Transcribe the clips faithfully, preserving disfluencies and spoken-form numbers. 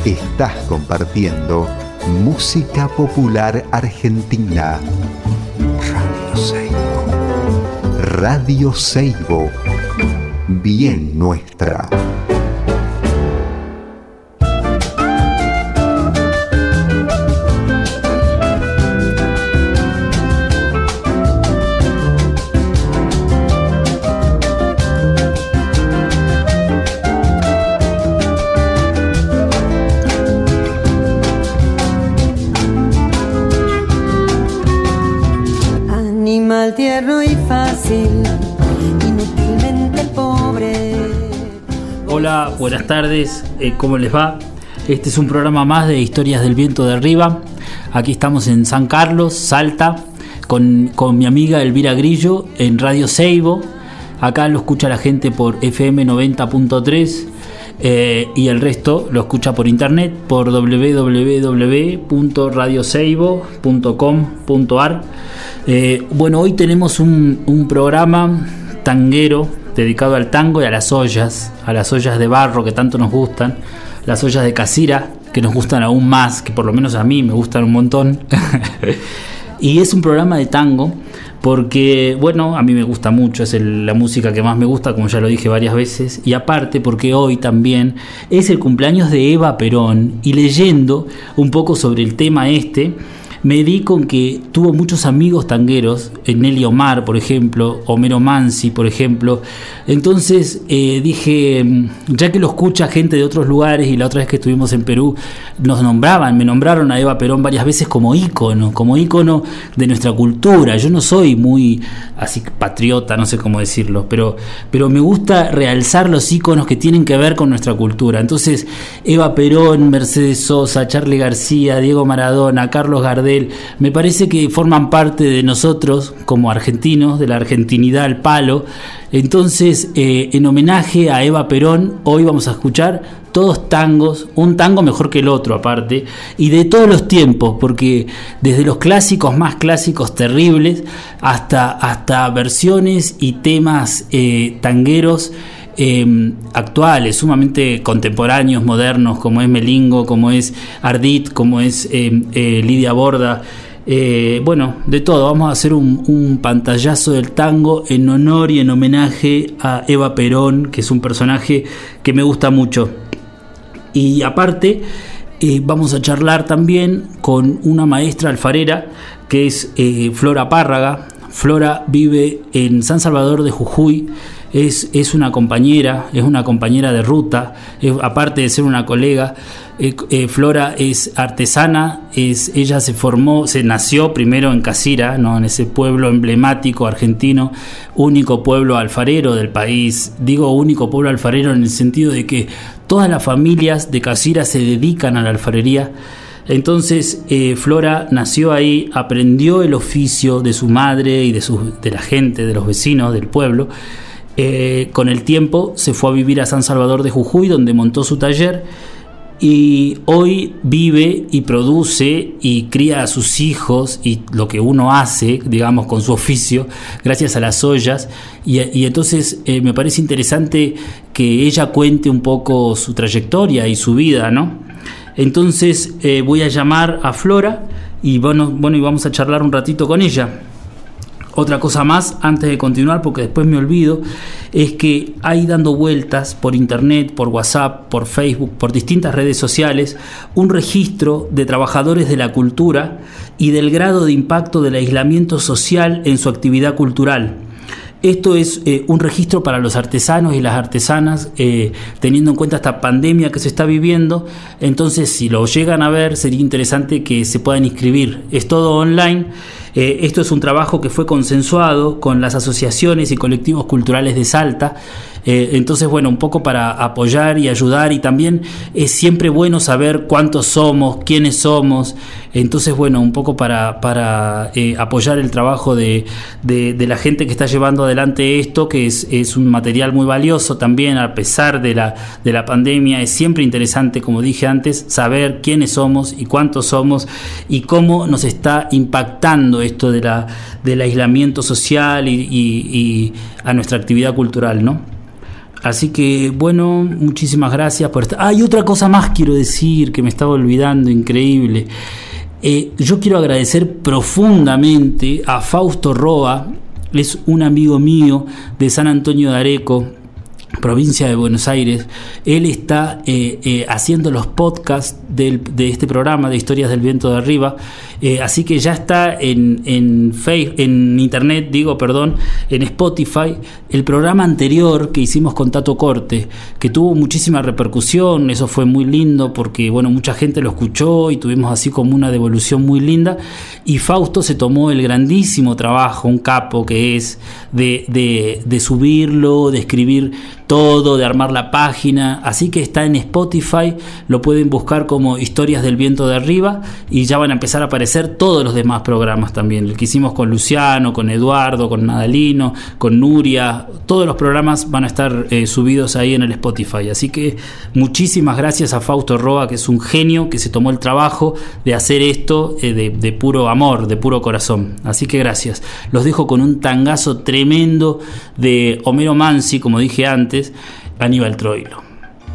Estás compartiendo música popular argentina. Radio Seibo. Radio Seibo. Bien nuestra. Tierno y fácil, inútilmente pobre. Hola, buenas tardes, eh, ¿cómo les va? Este es un programa más de Historias del Viento de Arriba. Aquí estamos en San Carlos, Salta, con, con mi amiga Elvira Grillo en Radio Seibo. Acá lo escucha la gente por F M noventa punto tres eh, y el resto lo escucha por internet por doble u doble u doble u punto radio seibo punto com punto a r. Eh, bueno, hoy tenemos un, un programa tanguero dedicado al tango y a las ollas, a las ollas de barro que tanto nos gustan, las ollas de casira que nos gustan aún más, que por lo menos a mí me gustan un montón. Y es un programa de tango porque, bueno, a mí me gusta mucho, es el, la música que más me gusta, como ya lo dije varias veces, y aparte porque hoy también es el cumpleaños de Eva Perón, y leyendo un poco sobre el tema este, me di con que tuvo muchos amigos tangueros, Nelly Omar, por ejemplo, Homero Mansi, por ejemplo. Entonces eh, dije, ya que lo escucha gente de otros lugares, y la otra vez que estuvimos en Perú nos nombraban, me nombraron a Eva Perón varias veces como ícono, como ícono de nuestra cultura. Yo no soy muy así patriota, no sé cómo decirlo, pero, pero me gusta realzar los íconos que tienen que ver con nuestra cultura. Entonces, Eva Perón, Mercedes Sosa, Charly García, Diego Maradona, Carlos Gardel, me parece que forman parte de nosotros como argentinos, de la argentinidad al palo. Entonces, eh, en homenaje a Eva Perón, hoy vamos a escuchar todos tangos, un tango mejor que el otro aparte, y de todos los tiempos, porque desde los clásicos más clásicos terribles hasta, hasta versiones y temas eh, tangueros Eh, actuales, sumamente contemporáneos, modernos, como es Melingo, como es Ardit, como es eh, eh, Lidia Borda. Eh, bueno, de todo. Vamos a hacer un, un pantallazo del tango en honor y en homenaje a Eva Perón, que es un personaje que me gusta mucho. Y aparte eh, vamos a charlar también con una maestra alfarera que es eh, Flora Párraga. Flora vive en San Salvador de Jujuy. Es, es una compañera, es una compañera de ruta, es, aparte de ser una colega. eh, eh, Flora es artesana, es, ella se formó, se nació primero en Casira, ¿no? En ese pueblo emblemático argentino, único pueblo alfarero del país. Digo único pueblo alfarero en el sentido de que todas las familias de Casira se dedican a la alfarería. Entonces eh, Flora nació ahí, aprendió el oficio de su madre y de, su, de la gente, de los vecinos del pueblo. Eh, con el tiempo se fue a vivir a San Salvador de Jujuy, donde montó su taller, y hoy vive y produce y cría a sus hijos y lo que uno hace, digamos, con su oficio, gracias a las ollas. Y, y entonces eh, me parece interesante que ella cuente un poco su trayectoria y su vida, ¿no? Entonces eh, voy a llamar a Flora y bueno, bueno, y vamos a charlar un ratito con ella. Otra cosa más antes de continuar, porque después me olvido, es que hay dando vueltas por internet, por WhatsApp, por Facebook, por distintas redes sociales, un registro de trabajadores de la cultura y del grado de impacto del aislamiento social en su actividad cultural. Esto es eh, un registro para los artesanos y las artesanas, eh, teniendo en cuenta esta pandemia que se está viviendo. Entonces, si lo llegan a ver, sería interesante que se puedan inscribir. Es todo online. Eh, esto es un trabajo que fue consensuado con las asociaciones y colectivos culturales de Salta. Eh, entonces, bueno, un poco para apoyar y ayudar, y también es siempre bueno saber cuántos somos, quiénes somos. Entonces, bueno, un poco para, para eh, apoyar el trabajo de, de, de la gente que está llevando adelante esto, que es, es un material muy valioso también, a pesar de la, de la pandemia. Es siempre interesante, como dije antes, saber quiénes somos y cuántos somos y cómo nos está impactando esto de la, del aislamiento social y, y, y a nuestra actividad cultural, ¿no? Así que, bueno, muchísimas gracias por estar. Ah, y otra cosa más quiero decir que me estaba olvidando, increíble. Eh, yo quiero agradecer profundamente a Fausto Roa, es un amigo mío de San Antonio de Areco, provincia de Buenos Aires. Él está eh, eh, haciendo los podcasts del, de este programa de Historias del Viento de Arriba, eh, así que ya está en, en, Facebook, en internet, digo, perdón, en Spotify, el programa anterior que hicimos con Tato Corte, que tuvo muchísima repercusión. Eso fue muy lindo porque, bueno, mucha gente lo escuchó y tuvimos así como una devolución muy linda, y Fausto se tomó el grandísimo trabajo, un capo que es, de, de, de subirlo, de escribir todo, de armar la página. Así que está en Spotify, lo pueden buscar como Historias del Viento de Arriba y ya van a empezar a aparecer todos los demás programas también, el que hicimos con Luciano, con Eduardo, con Nadalino, con Nuria. Todos los programas van a estar eh, subidos ahí en el Spotify. Así que muchísimas gracias a Fausto Roa, que es un genio, que se tomó el trabajo de hacer esto eh, de, de puro amor, de puro corazón. Así que gracias. Los dejo con un tangazo tremendo de Homero Mansi, como dije antes, Aníbal Troilo.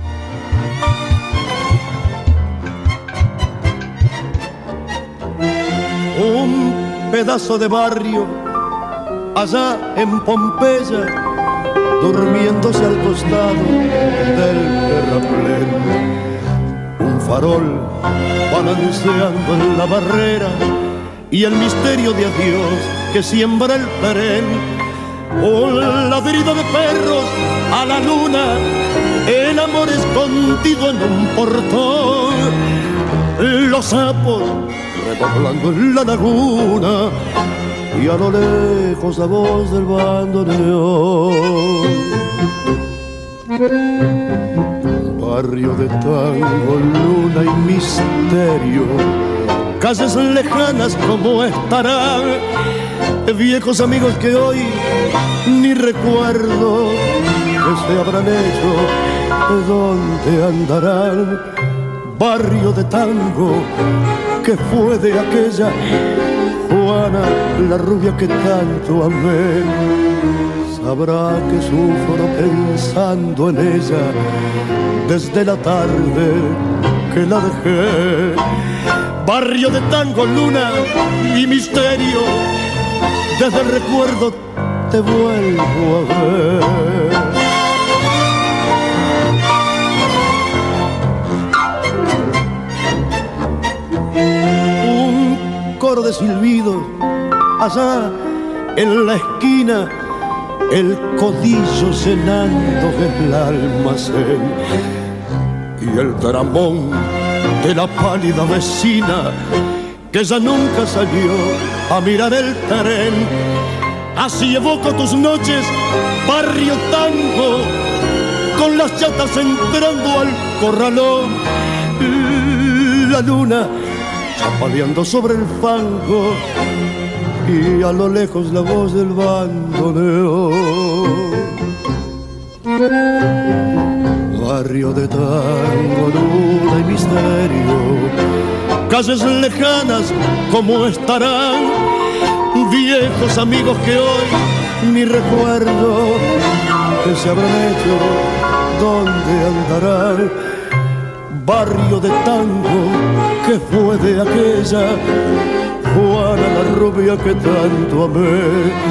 Un pedazo de barrio allá en Pompeya, durmiéndose al costado del terraplén. Un farol balanceando en la barrera y el misterio de adiós que siembra el perén. Un ladrido de perros a la luna, el amor escondido en un portón. Los sapos redoblando en la laguna y a lo lejos la voz del bandoneón. Barrio de tango, luna y misterio, calles lejanas como estarán, viejos amigos que hoy ni recuerdo que se habrán hecho, de dónde andarán. Barrio de tango que fue de aquella Juana, la rubia que tanto amé. Sabrá que sufro pensando en ella desde la tarde que la dejé. Barrio de tango, luna y misterio, desde el recuerdo te vuelvo a ver. Coro de silbidos allá en la esquina, el codillo llenando el almacén y el dramón de la pálida vecina que ya nunca salió a mirar el tren. Así evoco tus noches, barrio tango, con las chatas entrando al corralón. La luna chapaleando sobre el fango y a lo lejos la voz del bandoneón. Barrio de tango, luna y misterio, calles lejanas como estarán, viejos amigos que hoy ni recuerdo que se habrán hecho, dónde andarán. Barrio de tango que fue de aquella Juana, la rubia que tanto amé.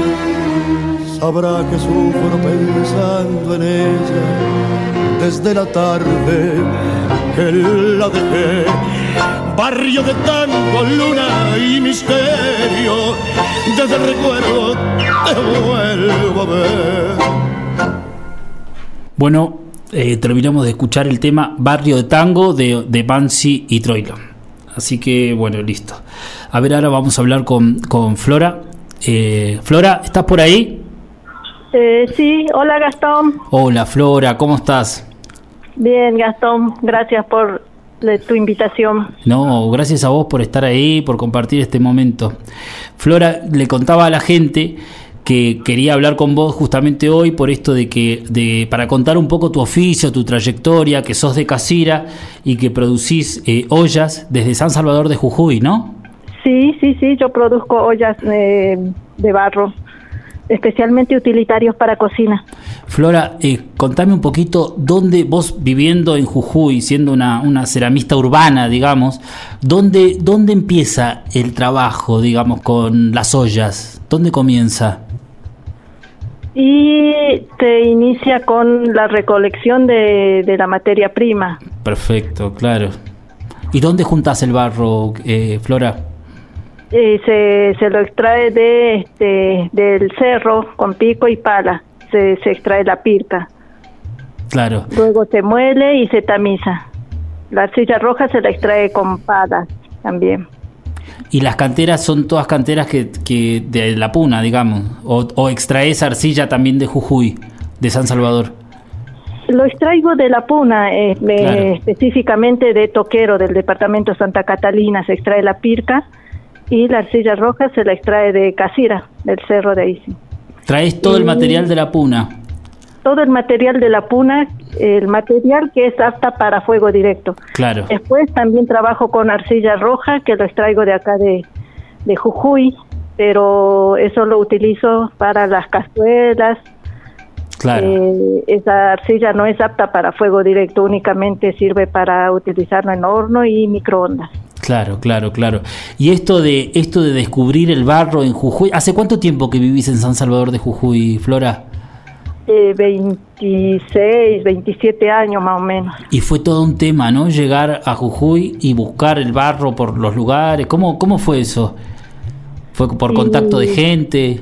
Sabrá que sufro pensando en ella desde la tarde que la dejé. Barrio de tango, luna y misterio, desde el recuerdo te vuelvo a ver. Bueno, Eh, terminamos de escuchar el tema Barrio de Tango de, de Mansi y Troilo. Así que bueno, listo. A ver, ahora vamos a hablar con, con Flora. eh, Flora, ¿estás por ahí? Eh, sí, hola Gastón. Hola Flora, ¿cómo estás? Bien, Gastón, gracias por de tu invitación. No, gracias a vos por estar ahí, por compartir este momento. Flora, le contaba a la gente que quería hablar con vos justamente hoy por esto de que de para contar un poco tu oficio, tu trayectoria, que sos de Casira y que producís eh, ollas desde San Salvador de Jujuy, ¿no? Sí, sí, sí, yo produzco ollas eh, de barro especialmente utilitarios para cocina. Flora, eh, contame un poquito, ¿dónde vos viviendo en Jujuy, siendo una, una ceramista urbana, digamos, ¿dónde, dónde empieza el trabajo, digamos, con las ollas? ¿Dónde comienza? Y se inicia con la recolección de, de la materia prima. Perfecto, claro. ¿Y dónde juntás el barro, eh, Flora? Eh, se, se lo extrae de este, del cerro con pico y pala. Se, se extrae la pirca. Claro. Luego se muele y se tamiza. La arcilla roja se la extrae con pala también. ¿Y las canteras son todas canteras que, que de la Puna, digamos? ¿O, o extraes arcilla también de Jujuy, de San Salvador? Lo extraigo de la Puna, eh, Claro. eh, específicamente de Toquero, del departamento Santa Catalina. Se extrae la pirca y la arcilla roja se la extrae de Casira, del cerro de ahí. Sí. ¿Traes todo el Y- material de la Puna? Todo el material de la Puna, el material que es apta para fuego directo. Claro, Después también trabajo con arcilla roja, que lo extraigo de acá de, de Jujuy, pero eso lo utilizo para las cazuelas. claro. Eh, esa arcilla no es apta para fuego directo, únicamente sirve para utilizarlo en horno y microondas. Claro, claro, claro. Y esto de esto de descubrir el barro en Jujuy, ¿hace cuánto tiempo que vivís en San Salvador de Jujuy, Flora? Eh, veintiséis, veintisiete años más o menos. Y fue todo un tema, ¿no? Llegar a Jujuy y buscar el barro por los lugares. ¿Cómo, cómo fue eso? ¿Fue por contacto de gente?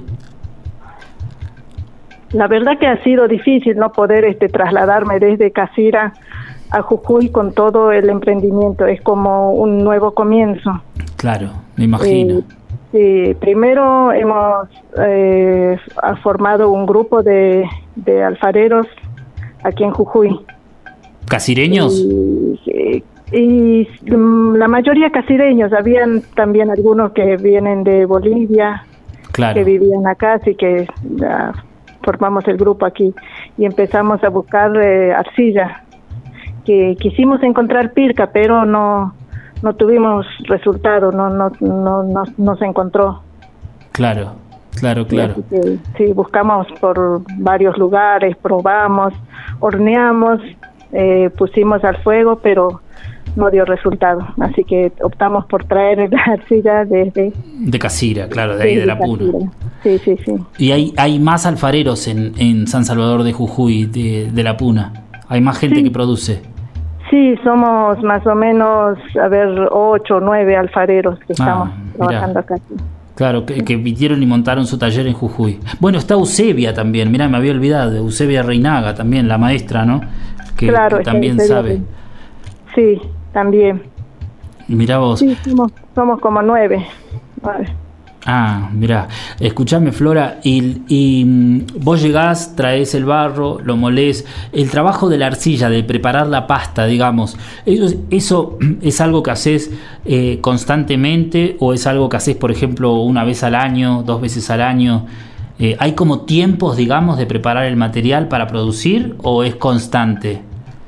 La verdad que ha sido difícil no poder este trasladarme desde Casira a Jujuy con todo el emprendimiento. Es como un nuevo comienzo. Claro, me imagino. Eh, sí, primero hemos eh, ha formado un grupo de, de alfareros aquí en Jujuy. ¿Casireños? Y, y mm, la mayoría casireños. Habían también algunos que vienen de Bolivia, Claro, que vivían acá, así que ya formamos el grupo aquí y empezamos a buscar eh, arcilla. Que quisimos encontrar pirca, pero no no tuvimos resultado, no no no no, no se encontró. claro, claro, claro. Así que, sí, buscamos por varios lugares, probamos, horneamos, eh, pusimos al fuego, pero no dio resultado. Así que optamos por traer la arcilla desde De Casira, claro, de ahí de la Puna. Casira. Sí, sí, sí. Y hay, hay más alfareros en, en San Salvador de Jujuy, de, de la Puna. Hay más gente Sí. que produce. Sí, somos más o menos, a ver, ocho o nueve alfareros que estamos Ah, mirá. trabajando acá. Sí. Claro, que, que vinieron y montaron su taller en Jujuy. Bueno, está Eusebia también, mirá, me había olvidado, de Eusebia Reinaga también, la maestra, ¿no? Que, Claro, que está también Eusebia sabe. Reinaga. Sí, también. Mirá vos. Sí, somos, somos como nueve. Nueve. Ah, mirá, escuchame, Flora, y, y mm, vos llegás, traes el barro, lo molés, el trabajo de la arcilla, de preparar la pasta, digamos, ¿eso, eso es algo que haces eh, constantemente o es algo que haces, por ejemplo, una vez al año, dos veces al año? Eh, ¿hay como tiempos, digamos, de preparar el material para producir o es constante?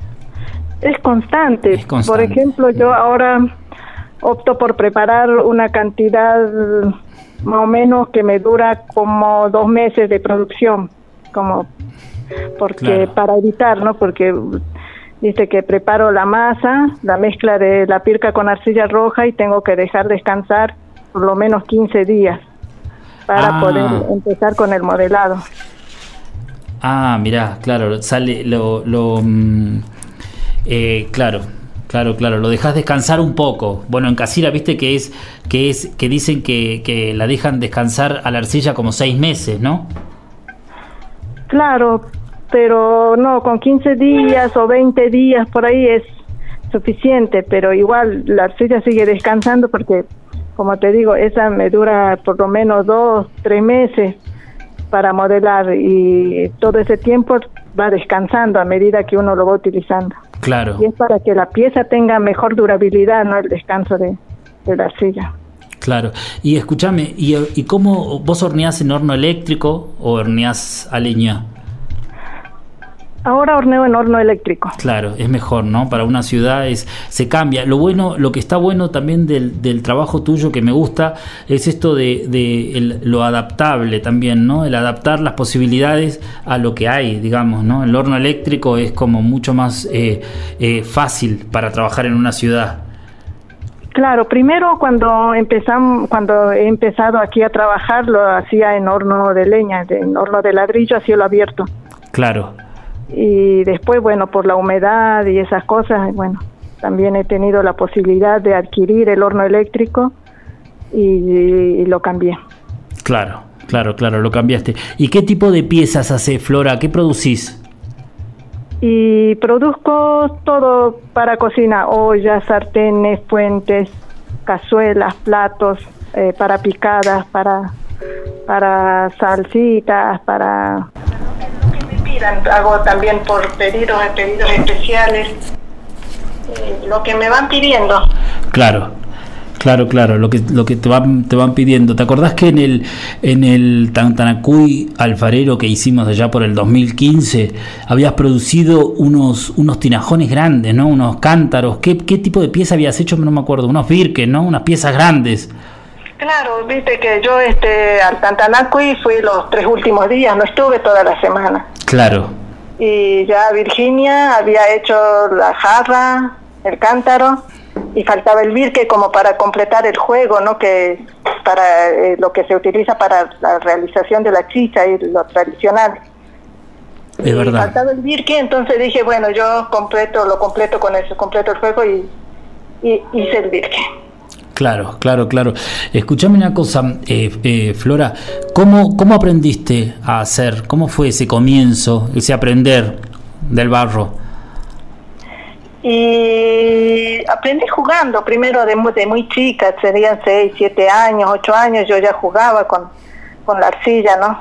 Es constante. Es constante. Por ejemplo, yo ahora opto por preparar una cantidad más o menos que me dura como dos meses de producción, como porque Claro. para evitar, ¿no? Porque dice que preparo la masa, la mezcla de la pirca con arcilla roja y tengo que dejar descansar por lo menos quince días para Ah. poder empezar con el modelado. Ah, mirá, claro, sale lo... lo mm, eh, claro, claro, claro, lo dejas descansar un poco. Bueno, en Casira, viste que es que es que dicen que, que la dejan descansar a la arcilla como seis meses, ¿no? Claro, pero no, con quince días o veinte días por ahí es suficiente, pero igual la arcilla sigue descansando porque, como te digo, esa me dura por lo menos dos, tres meses para modelar y todo ese tiempo va descansando a medida que uno lo va utilizando. Claro, Y es para que la pieza tenga mejor durabilidad, no el descanso de, de la arcilla. claro. Y escúchame, ¿y, ¿y cómo vos horneás en horno eléctrico o horneás a leña? Ahora horneo en horno eléctrico. Claro, es mejor, ¿no? Para una ciudad es se cambia. Lo bueno, lo que está bueno también del, del trabajo tuyo que me gusta es esto de, de el, lo adaptable también, ¿no? El adaptar las posibilidades a lo que hay, digamos, ¿no? El horno eléctrico es como mucho más eh, eh, fácil para trabajar en una ciudad. Claro, primero cuando empezamos, cuando he empezado aquí a trabajar lo hacía en horno de leña, en horno de ladrillo a cielo abierto. Claro. Y después, bueno, por la humedad y esas cosas, bueno, también he tenido la posibilidad de adquirir el horno eléctrico y, y lo cambié. Claro, claro, claro, lo cambiaste. ¿Y qué tipo de piezas hace, Flora? ¿Qué producís? Y produzco todo para cocina, ollas, sartenes, fuentes, cazuelas, platos, eh, para picadas, para, para salsitas, para... Hago también por pedidos, pedidos especiales, eh, lo que me van pidiendo. Claro, claro, claro, lo que lo que te van te van pidiendo. ¿Te acordás que en el en el Tantanacuy alfarero que hicimos allá por el dos mil quince habías producido unos unos tinajones grandes, ¿no? Unos cántaros. ¿Qué qué tipo de pieza habías hecho? No me acuerdo. Unos birques, ¿no? Unas piezas grandes. Claro, viste que yo este al Tantanacuy fui los tres últimos días, no estuve toda la semana. Claro. Y ya Virginia había hecho la jarra, el cántaro, y faltaba el birque como para completar el juego, ¿no? Que para eh, lo que se utiliza para la realización de la chicha y lo tradicional. Es y verdad. Faltaba el birque, entonces dije, bueno, yo completo, lo completo con eso, completo el juego y, y hice el birque. Claro, claro, claro. Escuchame una cosa, eh, eh, Flora, ¿cómo, ¿cómo aprendiste a hacer? ¿Cómo fue ese comienzo, ese aprender del barro? Y aprendí jugando, primero de muy, de muy chica, serían seis, siete años, ocho años, yo ya jugaba con, con la arcilla, ¿no?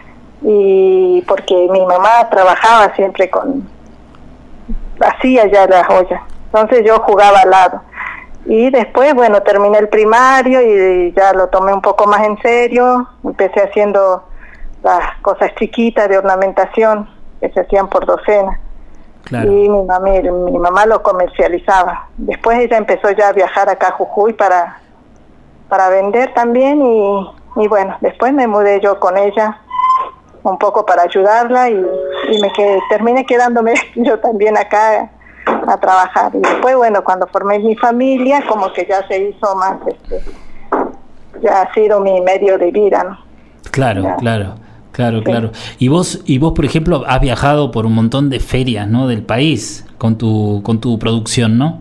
Y porque mi mamá trabajaba siempre con, hacía ya las ollas, entonces yo jugaba al lado. Y después, bueno, terminé el primario y ya lo tomé un poco más en serio. Empecé haciendo las cosas chiquitas de ornamentación que se hacían por docena. Claro. Y mi mamá, mi mamá lo comercializaba. Después ella empezó ya a viajar acá a Jujuy para, para vender también y, y bueno, después me mudé yo con ella un poco para ayudarla y, y me quedé, terminé quedándome yo también acá a trabajar. Y después, bueno, cuando formé mi familia, como que ya se hizo más, este, ya ha sido mi medio de vida, ¿no? Claro, ya. claro, claro, sí. claro. Y vos, y vos, por ejemplo, has viajado por un montón de ferias, ¿no? Del país con tu, con tu producción, ¿no?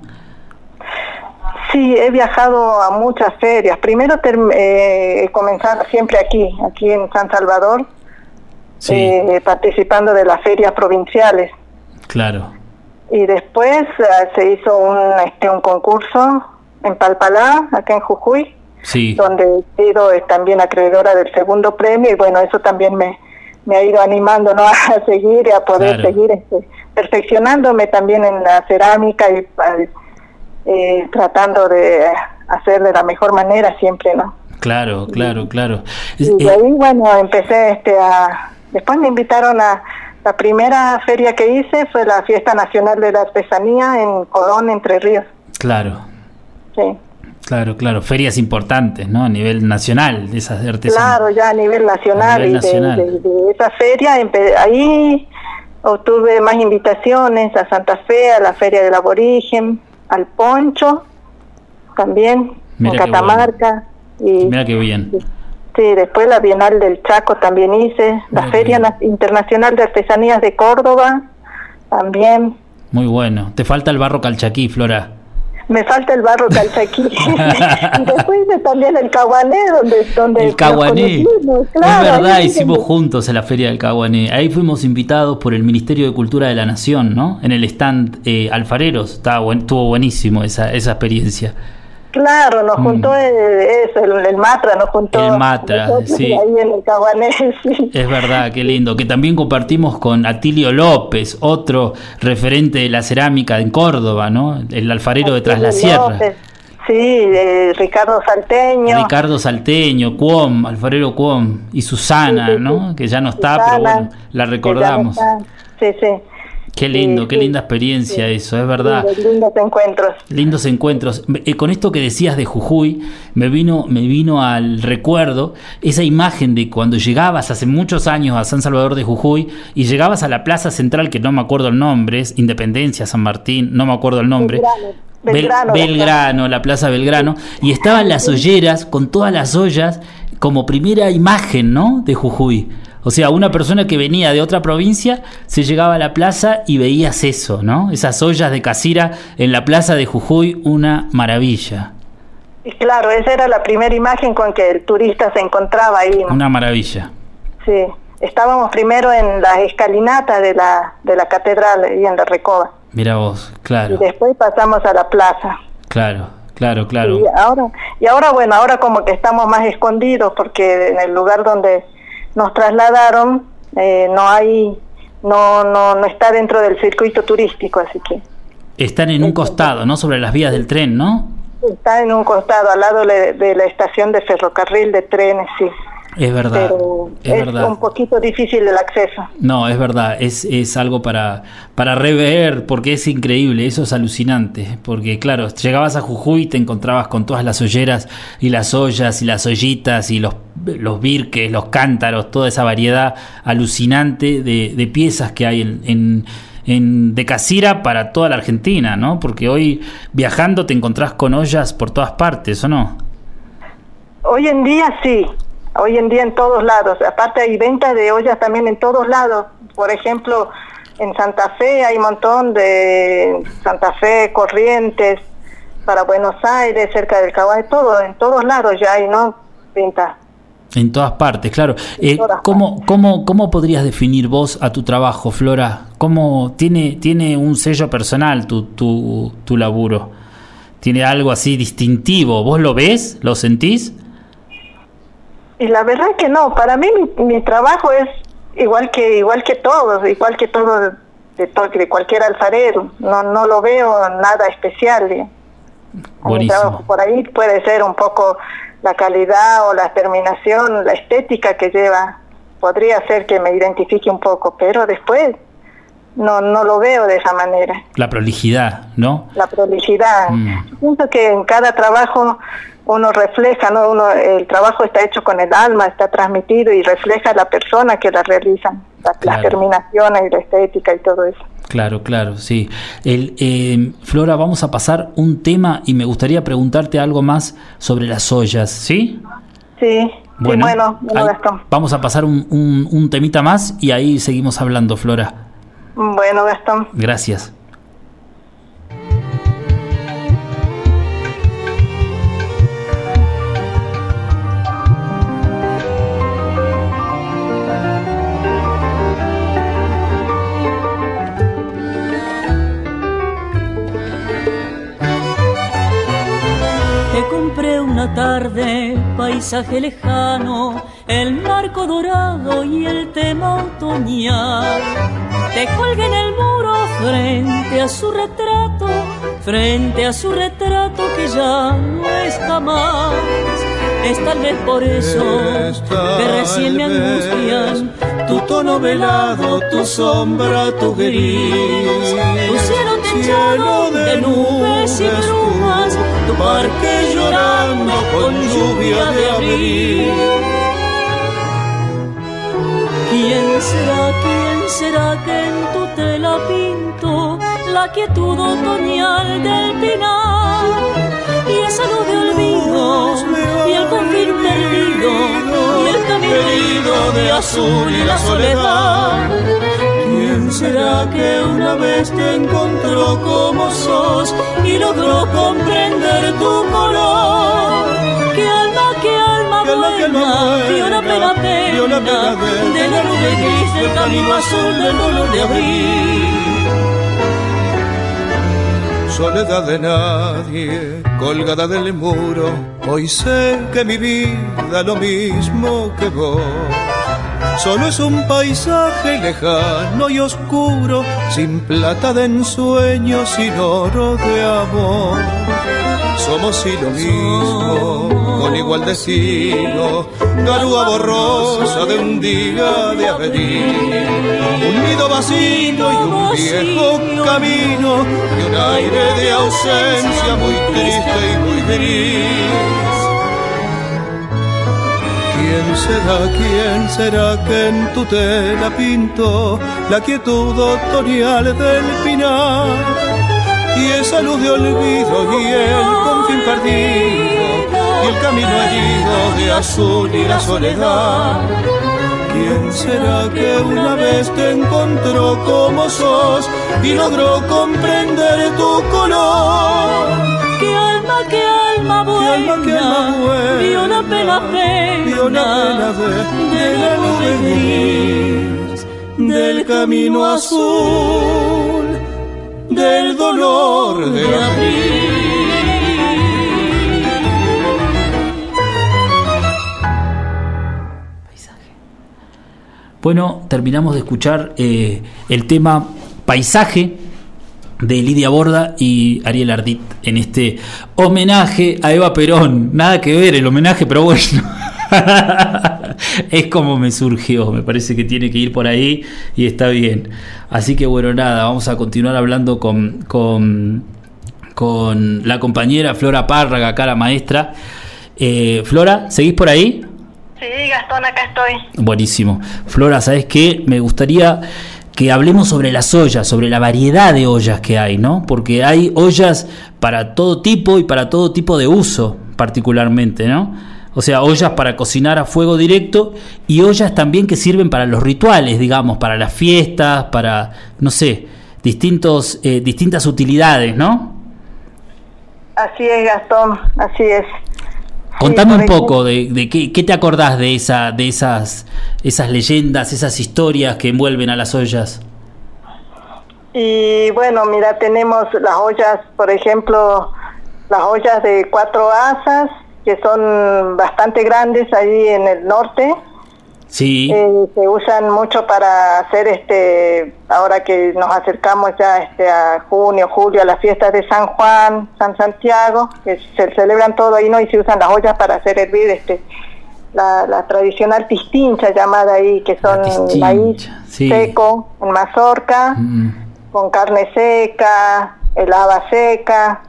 Sí, he viajado a muchas ferias. Primero eh, he comenzado siempre aquí, aquí en San Salvador, sí. eh, participando de las ferias provinciales. Claro. Y después uh, se hizo un este un concurso en Palpalá, acá en Jujuy, sí. donde he sido eh, también acreedora del segundo premio y bueno, eso también me, me ha ido animando, ¿no? a seguir y a poder claro. seguir este, perfeccionándome también en la cerámica y eh, tratando de hacer de la mejor manera siempre, ¿no? Claro, claro, claro. Y, y de ahí, bueno, empecé este a... Después me invitaron a... La primera feria que hice fue la Fiesta Nacional de la Artesanía en Colón, Entre Ríos. Claro. Sí. Claro, claro. Ferias importantes, ¿no? A nivel nacional, de esas de artesanía. Claro, ya a nivel nacional. A nivel y nacional. De, de, de esa feria, ahí obtuve más invitaciones a Santa Fe, a la Feria del Aborigen, al Poncho, también, Mira en Catamarca. Bueno. Y, Mira qué bien. Y, Sí, después la Bienal del Chaco también hice, la Muy Feria bien. Internacional de Artesanías de Córdoba también. Muy bueno. Te falta el barro calchaquí, Flora. Me falta el barro calchaquí. Y después hice también el caguané, donde... donde el caguané. Claro, es verdad, hicimos donde... juntos en la Feria del Caguané. Ahí fuimos invitados por el Ministerio de Cultura de la Nación, ¿no? En el stand eh, Alfareros. Estaba buen, estuvo buenísimo esa, esa experiencia. Claro, nos juntó mm. el, eso, el, el Matra, nos juntó el Matra, sí. ahí en el Caguané, sí. Es verdad, qué lindo, que también compartimos con Atilio López, otro referente de la cerámica en Córdoba, ¿no? El alfarero de Tras la Sierra. Sí, eh, Ricardo Salteño. Ricardo Salteño, Cuom, alfarero Cuom, y Susana, sí, sí, ¿no? Sí. Que ya no está, Susana, pero bueno, la recordamos. Sí, sí. Qué lindo, sí, qué sí, linda experiencia, sí. Eso, es verdad. Lindos, lindos encuentros. Lindos encuentros. Eh, con esto que decías de Jujuy, me vino, me vino al recuerdo esa imagen de cuando llegabas hace muchos años a San Salvador de Jujuy y llegabas a la plaza central, que no me acuerdo el nombre, es Independencia, San Martín, no me acuerdo el nombre. Belgrano. Belgrano, Bel, Belgrano, la Plaza Belgrano, y estaban las olleras con todas las ollas como primera imagen, ¿no?, de Jujuy. O sea, una persona que venía de otra provincia se llegaba a la plaza y veías eso, ¿no? Esas ollas de casira en la plaza de Jujuy, una maravilla. Y claro, esa era la primera imagen con que el turista se encontraba ahí, ¿no? Una maravilla. Sí, estábamos primero en las escalinatas de la de la catedral y en la Recoba. Mira vos, claro. Y después pasamos a la plaza. Claro, claro, claro. Y ahora, y ahora bueno, ahora como que estamos más escondidos porque en el lugar donde nos trasladaron, eh, no hay, no, no, no está dentro del circuito turístico, así que... Están en un costado, ¿no? Sobre las vías del tren, ¿no? Está en un costado, al lado de, de la estación de ferrocarril de trenes, sí. Es verdad, pero es, es verdad. un poquito difícil el acceso. No, es verdad, es, es algo para, para rever, porque es increíble, eso es alucinante, porque claro, llegabas a Jujuy y te encontrabas con todas las olleras y las ollas y las ollitas y los, los birques, los cántaros, toda esa variedad alucinante de, de piezas que hay en, en, en de casira para toda la Argentina, ¿no? Porque hoy viajando te encontrás con ollas por todas partes, ¿o no? Hoy en día sí. Hoy en día en todos lados, aparte hay ventas de ollas también en todos lados. Por ejemplo, en Santa Fe hay un montón de Santa Fe, Corrientes, para Buenos Aires, cerca del Caguay, todo, en todos lados ya hay, ¿no? Ventas. En todas partes, claro. Eh, todas ¿cómo, partes. cómo, ¿Cómo podrías definir vos a tu trabajo, Flora? ¿Cómo tiene, tiene un sello personal tu, tu, tu laburo? ¿Tiene algo así distintivo? ¿Vos lo ves? ¿Lo sentís? Y la verdad que no, para mí mi, mi trabajo es igual que igual que todos, igual que todo de, de, de cualquier alfarero, no no lo veo nada especial. ¿eh? Mi trabajo por ahí puede ser un poco la calidad o la terminación, la estética que lleva, podría ser que me identifique un poco, pero después no no lo veo de esa manera. La prolijidad, ¿no? La prolijidad. Mm. Pienso que en cada trabajo uno refleja, ¿no? Uno, el trabajo está hecho con el alma, está transmitido y refleja a la persona que la realiza, la, claro. Las terminaciones y la estética y todo eso. Claro, claro, sí. El, eh, Flora, vamos a pasar un tema y me gustaría preguntarte algo más sobre las ollas, ¿sí? Sí, bueno, sí, bueno, bueno ahí, Gastón. Vamos a pasar un, un, un temita más y ahí seguimos hablando, Flora. Bueno, Gastón. Gracias. Una tarde, paisaje lejano, el marco dorado y el tema otoñal. Te colgué en el muro frente a su retrato, frente a su retrato que ya no está más. Es tal vez por eso que recién me angustian tu tono velado, tu sombra, tu gris, tu cielo techado de nubes y brumas, tu parque llorando con lluvia de abril. ¿Quién será, quién será que en tu tela pinto la quietud otoñal del pinar? Y esa luz de olvido, y el confín perdido, y el camino herido de azul y la soledad. ¿Quién será que una vez te encontró como sos y logró comprender tu color? ¿Qué alma, qué alma buena vio la pena pena de la nube gris del camino azul del dolor de abril? Soledad de nadie, colgada del muro, hoy sé que mi vida lo mismo que vos. Solo es un paisaje lejano y oscuro, sin plata de ensueño, sin oro de amor. somos y lo mismo, con igual destino, garúa borrosa de un día de avenir, un nido vacío y un viejo camino, y un aire de ausencia muy triste y muy gris. ¿Quién será, quién será que en tu tela pintó la quietud otoñal del pinar? Y esa luz de olvido y el confín perdido y el camino herido de azul y la soledad. ¿Quién será que una vez te encontró como sos y logró comprender tu color? ¿Qué alma, qué alma buena, ¿Qué alma, qué alma buena vio la pena pena, vio la pena de, de la nube gris, del camino azul, del dolor de abril? Bueno, terminamos de escuchar eh, el tema Paisaje de Lidia Borda y Ariel Ardit en este homenaje a Eva Perón. Nada que ver el homenaje, pero bueno, es como me surgió, me parece que tiene que ir por ahí y está bien. Así que bueno, nada, vamos a continuar hablando con, con, con la compañera Flora Párraga, acá la maestra. Eh, Flora, ¿seguís por ahí? Sí, Gastón, acá estoy. Buenísimo. Flora, ¿sabes qué? Me gustaría que hablemos sobre las ollas, sobre la variedad de ollas que hay, ¿no? Porque hay ollas para todo tipo y para todo tipo de uso, particularmente, ¿no? O sea, ollas para cocinar a fuego directo y ollas también que sirven para los rituales, digamos, para las fiestas, para, no sé, distintos, eh, distintas utilidades, ¿no? Así es, Gastón, así es. Contame sí, un poco de, de qué, qué te acordás de esa, de esas, esas leyendas, esas historias que envuelven a las ollas. Y bueno, mira, tenemos las ollas, por ejemplo, las ollas de cuatro asas, que son bastante grandes ahí en el norte. Sí. Eh, se usan mucho para hacer, este, ahora que nos acercamos ya este a junio, julio, a las fiestas de San Juan, San Santiago, que se celebran todo ahí, ¿no? Y se usan las ollas para hacer hervir este la, la tradicional tistincha llamada ahí, que son maíz sí. seco en mazorca, mm. con carne seca, el haba seca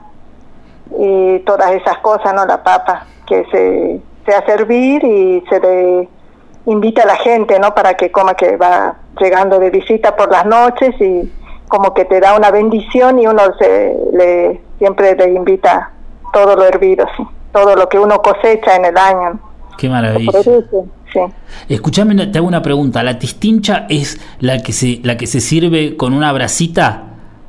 y todas esas cosas, ¿no? La papa, que se, se hace hervir y se le invita a la gente, ¿no? Para que coma, que va llegando de visita por las noches y como que te da una bendición y uno se le siempre le invita todo lo hervido, ¿sí? Todo lo que uno cosecha en el año. Qué maravilla. Sí. Escuchame, te hago una pregunta. ¿La tistincha es la que se la que se sirve con una brasita?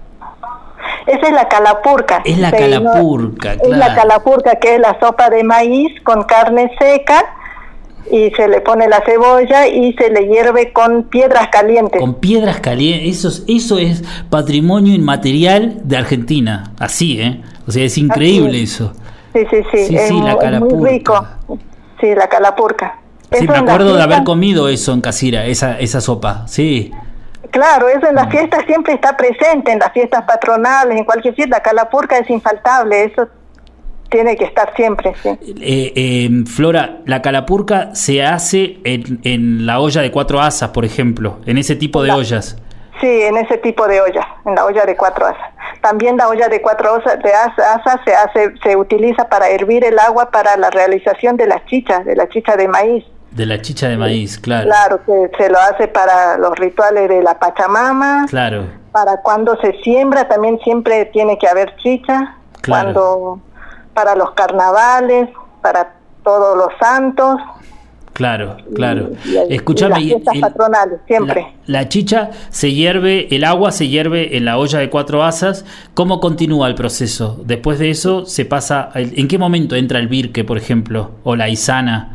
Esa es la calapurca. Es la sí, calapurca, no, claro. Es la calapurca, que es la sopa de maíz con carne seca y se le pone la cebolla y se le hierve con piedras calientes. Con piedras calientes, eso es, eso es patrimonio inmaterial de Argentina, así, ¿eh? O sea, es increíble es. eso. Sí, sí, sí, sí, es, sí, la es muy rico. Sí, la calapurca. Sí, eso me acuerdo de haber fiesta, comido eso en Casira, esa, esa sopa, sí. Claro, eso en las fiestas siempre está presente, en las fiestas patronales, en cualquier fiesta, la calapurca es infaltable, eso tiene que estar siempre, sí. Eh, eh, Flora, la calapurca se hace en, en la olla de cuatro asas, por ejemplo, en ese tipo de la, ollas. Sí, en ese tipo de olla, en la olla de cuatro asas. También la olla de cuatro asas, de asas se hace, se utiliza para hervir el agua para la realización de las chichas, de la chicha de maíz. De la chicha de maíz, claro. Claro, que se lo hace para los rituales de la Pachamama. Claro. Para cuando se siembra también siempre tiene que haber chicha. Claro. Cuando para los carnavales, para todos los santos. Claro, claro. Y, y, Escúchame, y las fiestas el, patronales, siempre. La, la chicha se hierve, el agua se hierve en la olla de cuatro asas. ¿Cómo continúa el proceso? Después de eso se pasa, ¿en qué momento entra el birque, por ejemplo? O la isana.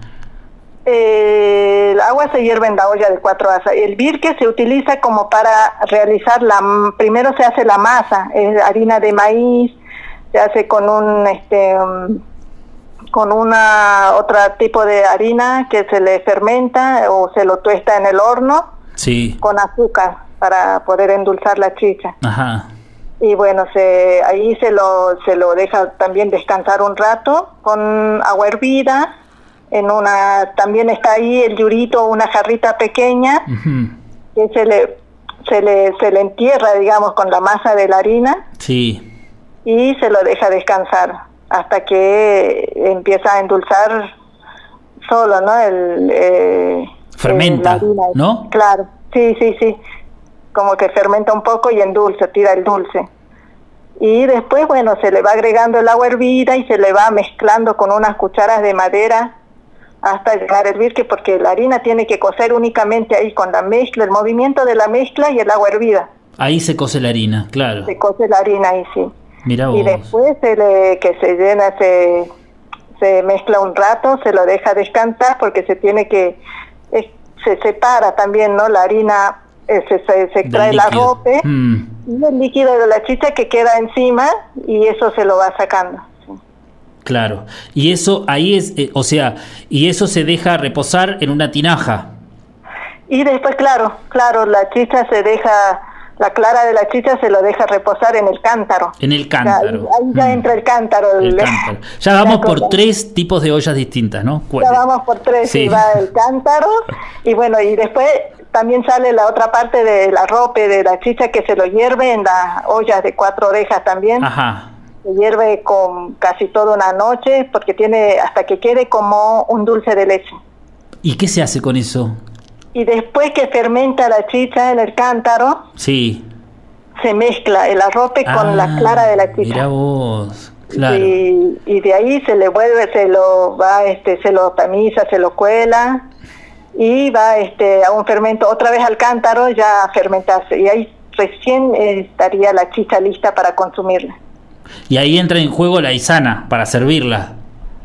Eh, el agua se hierve en la olla de cuatro asas. El birque se utiliza como para realizar la, primero se hace la masa, es harina de maíz, se hace con un, este, um, con una otra tipo de harina que se le fermenta o se lo tuesta en el horno, sí, con azúcar para poder endulzar la chicha. Ajá. y bueno, se ahí se lo se lo deja también descansar un rato con agua hervida. En una también está ahí el yurito, una jarrita pequeña, uh-huh. que se le se le se le entierra, digamos, con la masa de la harina. Sí. Y se lo deja descansar hasta que empieza a endulzar solo, ¿no? El eh, fermenta, el, ¿no? Claro, sí, sí, sí. Como que fermenta un poco y endulza, tira el dulce. Y después, bueno, se le va agregando el agua hervida y se le va mezclando con unas cucharas de madera hasta llegar a hervir, que porque la harina tiene que cocer únicamente ahí con la mezcla, el movimiento de la mezcla y el agua hervida. Ahí se cose la harina, claro. Se cose la harina ahí, sí. Mirá vos. Y después se le, que se llena, se, se mezcla un rato, se lo deja descansar porque se tiene que, es, se separa también, ¿no? La harina, eh, se, se, se extrae el arrope mm. y el líquido de la chicha que queda encima y eso se lo va sacando. Sí. Claro. Y eso ahí es, eh, o sea, y eso se deja reposar en una tinaja. Y después, claro, claro, la chicha se deja... La clara de la chicha se lo deja reposar en el cántaro. En el cántaro. Ahí, ahí ya mm. entra el cántaro. El, el cántaro. Ya vamos por cosa. tres tipos de ollas distintas, ¿no? Ya vamos por tres, sí. Y va el cántaro. Y bueno, y después también sale la otra parte del arrope de la chicha que se lo hierve en las ollas de cuatro orejas también. Ajá. Se hierve con casi toda una noche porque tiene hasta que quede como un dulce de leche. ¿Y qué se hace con eso? Y después que fermenta la chicha en el cántaro, sí, se mezcla el arrope ah, con la clara de la chicha. Mira vos, claro. Y, y de ahí se le vuelve, se lo va, este, se lo tamiza, se lo cuela y va, este, a un fermento otra vez al cántaro ya a fermentarse y ahí recién estaría la chicha lista para consumirla. Y ahí entra en juego la aizana para servirla.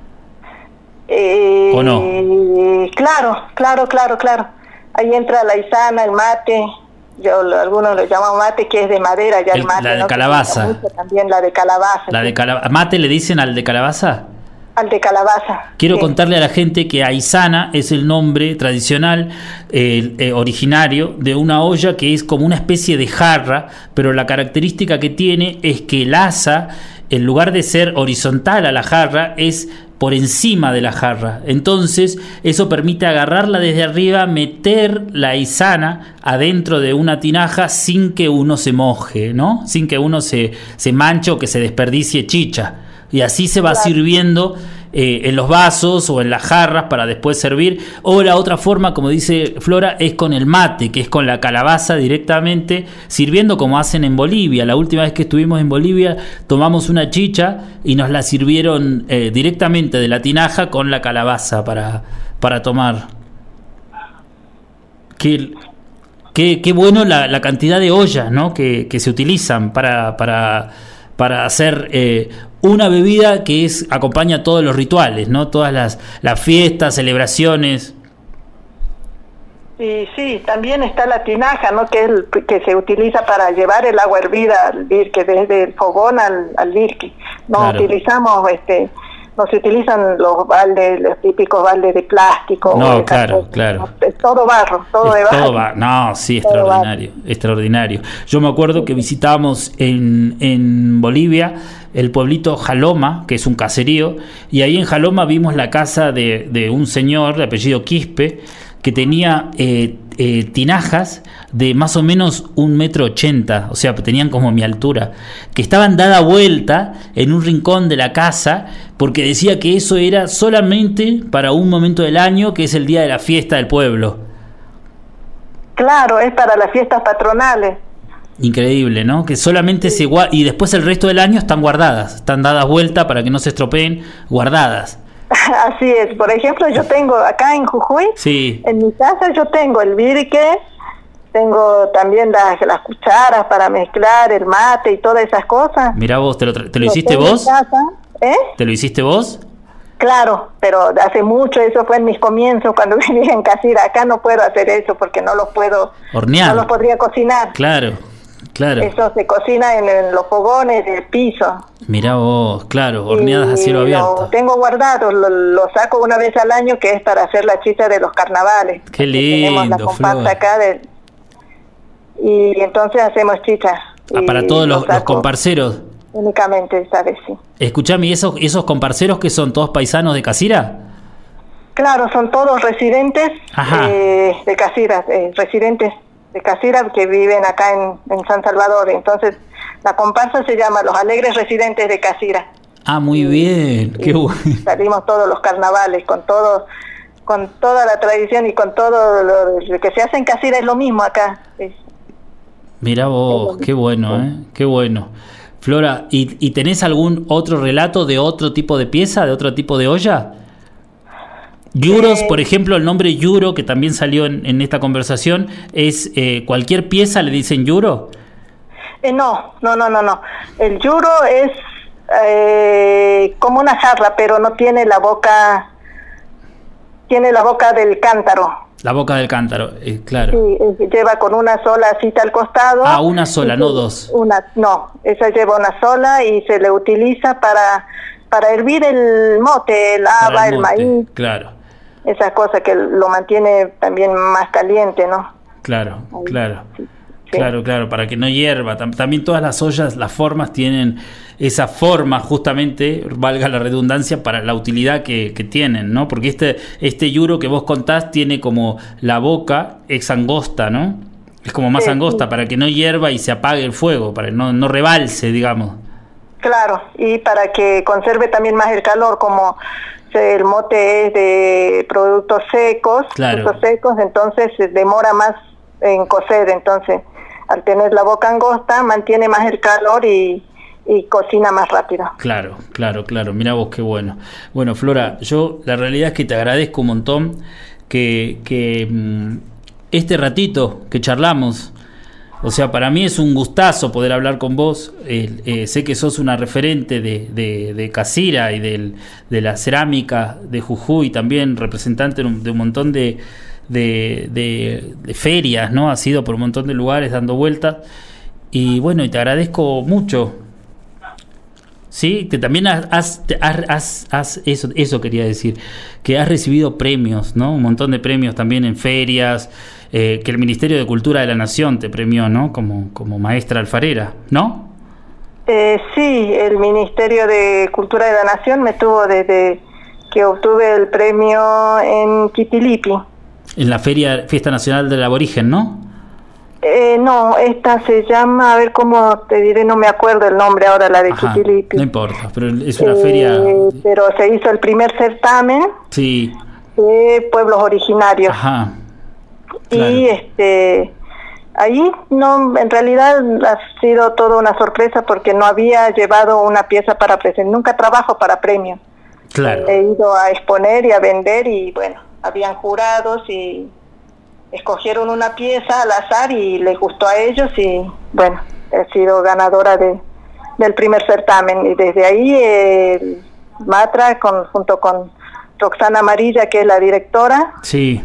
Eh, ¿O no? Claro, claro, claro, claro. Ahí entra la aizana, el mate, yo algunos lo llaman mate, que es de madera, ya el, el mate. La de ¿no? calabaza. Mucho, también la de calabaza. La sí. de calabaza. ¿Mate le dicen al de calabaza? Al de calabaza. Quiero sí. contarle a la gente que aizana es el nombre tradicional, eh, eh, originario, de una olla que es como una especie de jarra, pero la característica que tiene es que el asa, en lugar de ser horizontal a la jarra, es por encima de la jarra. Entonces eso permite agarrarla desde arriba, meter la aizana adentro de una tinaja sin que uno se moje, ¿no? Sin que uno se, se manche o que se desperdicie chicha. Y así se va claro. sirviendo eh, en los vasos o en las jarras para después servir. O la otra forma, como dice Flora, es con el mate, que es con la calabaza directamente, sirviendo como hacen en Bolivia. La última vez que estuvimos en Bolivia tomamos una chicha y nos la sirvieron eh, directamente de la tinaja con la calabaza para, para tomar. Qué, qué, qué bueno la, la cantidad de ollas, ¿no? que, que se utilizan para... para para hacer eh, una bebida que es acompaña todos los rituales, ¿no? Todas las, las fiestas, celebraciones. Y sí, también está la tinaja, ¿no? Que es el que se utiliza para llevar el agua hervida al virque, desde el fogón al, al virque. No claro. utilizamos, este, no se utilizan los baldes, los típicos baldes de plástico. No, claro, cosas. claro. Es todo barro, todo es de barro. Todo bar- no, sí, todo extraordinario, barro. extraordinario. Yo me acuerdo que visitábamos en, en Bolivia el pueblito Jaloma, que es un caserío, y ahí en Jaloma vimos la casa de, de un señor de apellido Quispe, que tenía eh, eh, tinajas de más o menos un metro ochenta, o sea, tenían como mi altura, que estaban dada vuelta en un rincón de la casa, porque decía que eso era solamente para un momento del año, que es el día de la fiesta del pueblo. Claro, es para las fiestas patronales. Increíble, ¿no? Que solamente se guarda, y después el resto del año están guardadas, están dadas vuelta para que no se estropeen, guardadas. Así es, por ejemplo, yo tengo acá en Jujuy, sí. en mi casa yo tengo el virque, tengo también las, las cucharas para mezclar el mate y todas esas cosas. Mirá vos, ¿te lo, tra- te lo hiciste vos? ¿Eh? ¿Te lo hiciste vos? Claro, pero hace mucho, eso fue en mis comienzos cuando vivía en Casira. Acá no puedo hacer eso porque no los puedo hornear. No los podría cocinar. Claro. Claro. Eso se cocina en, en los fogones del piso. Mirá vos, claro, horneadas y a cielo abierto. Lo tengo guardado, lo, lo saco una vez al año, que es para hacer la chicha de los carnavales. Qué lindo, tenemos la comparsa acá de, y entonces hacemos chicha. Ah, para todos los, los comparceros. Únicamente esta vez, sí. Escuchame, ¿y esos, esos comparceros que son todos paisanos de Casira? Claro, son todos residentes eh, de Casira, eh, residentes de Casira que viven acá en, en San Salvador. Entonces, la comparsa se llama Los Alegres Residentes de Casira. Ah, muy bien, qué bueno. Salimos todos los carnavales con todo, con toda la tradición y con todo lo, lo que se hace en Casira es lo mismo acá. Es, Mirá vos, qué bueno, ¿eh? Qué bueno. Flora, ¿y, ¿y tenés algún otro relato de otro tipo de pieza, de otro tipo de olla? Yuros, eh, por ejemplo, el nombre yuro, que también salió en, en esta conversación, es eh, ¿cualquier pieza le dicen yuro? Eh, no, no, no, no, no. El yuro es eh, como una jarra, pero no tiene la boca, tiene la boca del cántaro. La boca del cántaro, eh, claro. Sí, eh, lleva con una sola cita al costado. Ah, una sola, no dos. Una, no, esa lleva una sola y se le utiliza para, para hervir el mote, el haba, el, el maíz. Claro. Esa cosa que lo mantiene también más caliente, ¿no? Claro, Ahí, claro. Sí. Claro, claro, para que no hierva. También todas las ollas, las formas tienen esa forma justamente, valga la redundancia, para la utilidad que, que tienen, ¿no? Porque este este yuro que vos contás tiene como la boca ex angosta, ¿no? Es como más sí, angosta, sí. Para que no hierva y se apague el fuego, para que no, no rebalse, digamos. Claro, y para que conserve también más el calor, como el mote es de productos secos, claro. productos secos, entonces se demora más en cocer, entonces al tener la boca angosta mantiene más el calor y, y cocina más rápido. Claro, claro, claro, mirá vos qué bueno. Bueno, Flora, yo la realidad es que te agradezco un montón que, que mm, este ratito que charlamos, o sea, para mí es un gustazo poder hablar con vos. Eh, eh, sé que sos una referente de, de, de Casira y del, de la cerámica de Jujuy, también representante de un, de un montón de, de, de, de ferias, ¿no? Has ido por un montón de lugares dando vueltas. Y bueno, y te agradezco mucho. Sí, que también has, has, has, has eso, eso quería decir, que has recibido premios, ¿no? Un montón de premios también en ferias. Eh, que el Ministerio de Cultura de la Nación te premió, ¿no? Como, como maestra alfarera, ¿no? Eh, sí, el Ministerio de Cultura de la Nación me tuvo desde que obtuve el premio en Quitilipi. En la feria Fiesta Nacional del Aborigen, ¿no? Eh, no, esta se llama, a ver cómo te diré, no me acuerdo el nombre ahora, la de Ajá, Quitilipi. No importa, pero es una eh, feria... Pero se hizo el primer certamen sí. de pueblos originarios. Ajá. Claro. Y este ahí no, en realidad ha sido toda una sorpresa porque no había llevado una pieza para presentar, nunca trabajo para premios. Claro. He ido a exponer y a vender y bueno, habían jurados y escogieron una pieza al azar y les gustó a ellos y bueno, he sido ganadora de del primer certamen y desde ahí eh, Matra con, junto con Roxana Amarilla, que es la directora, sí.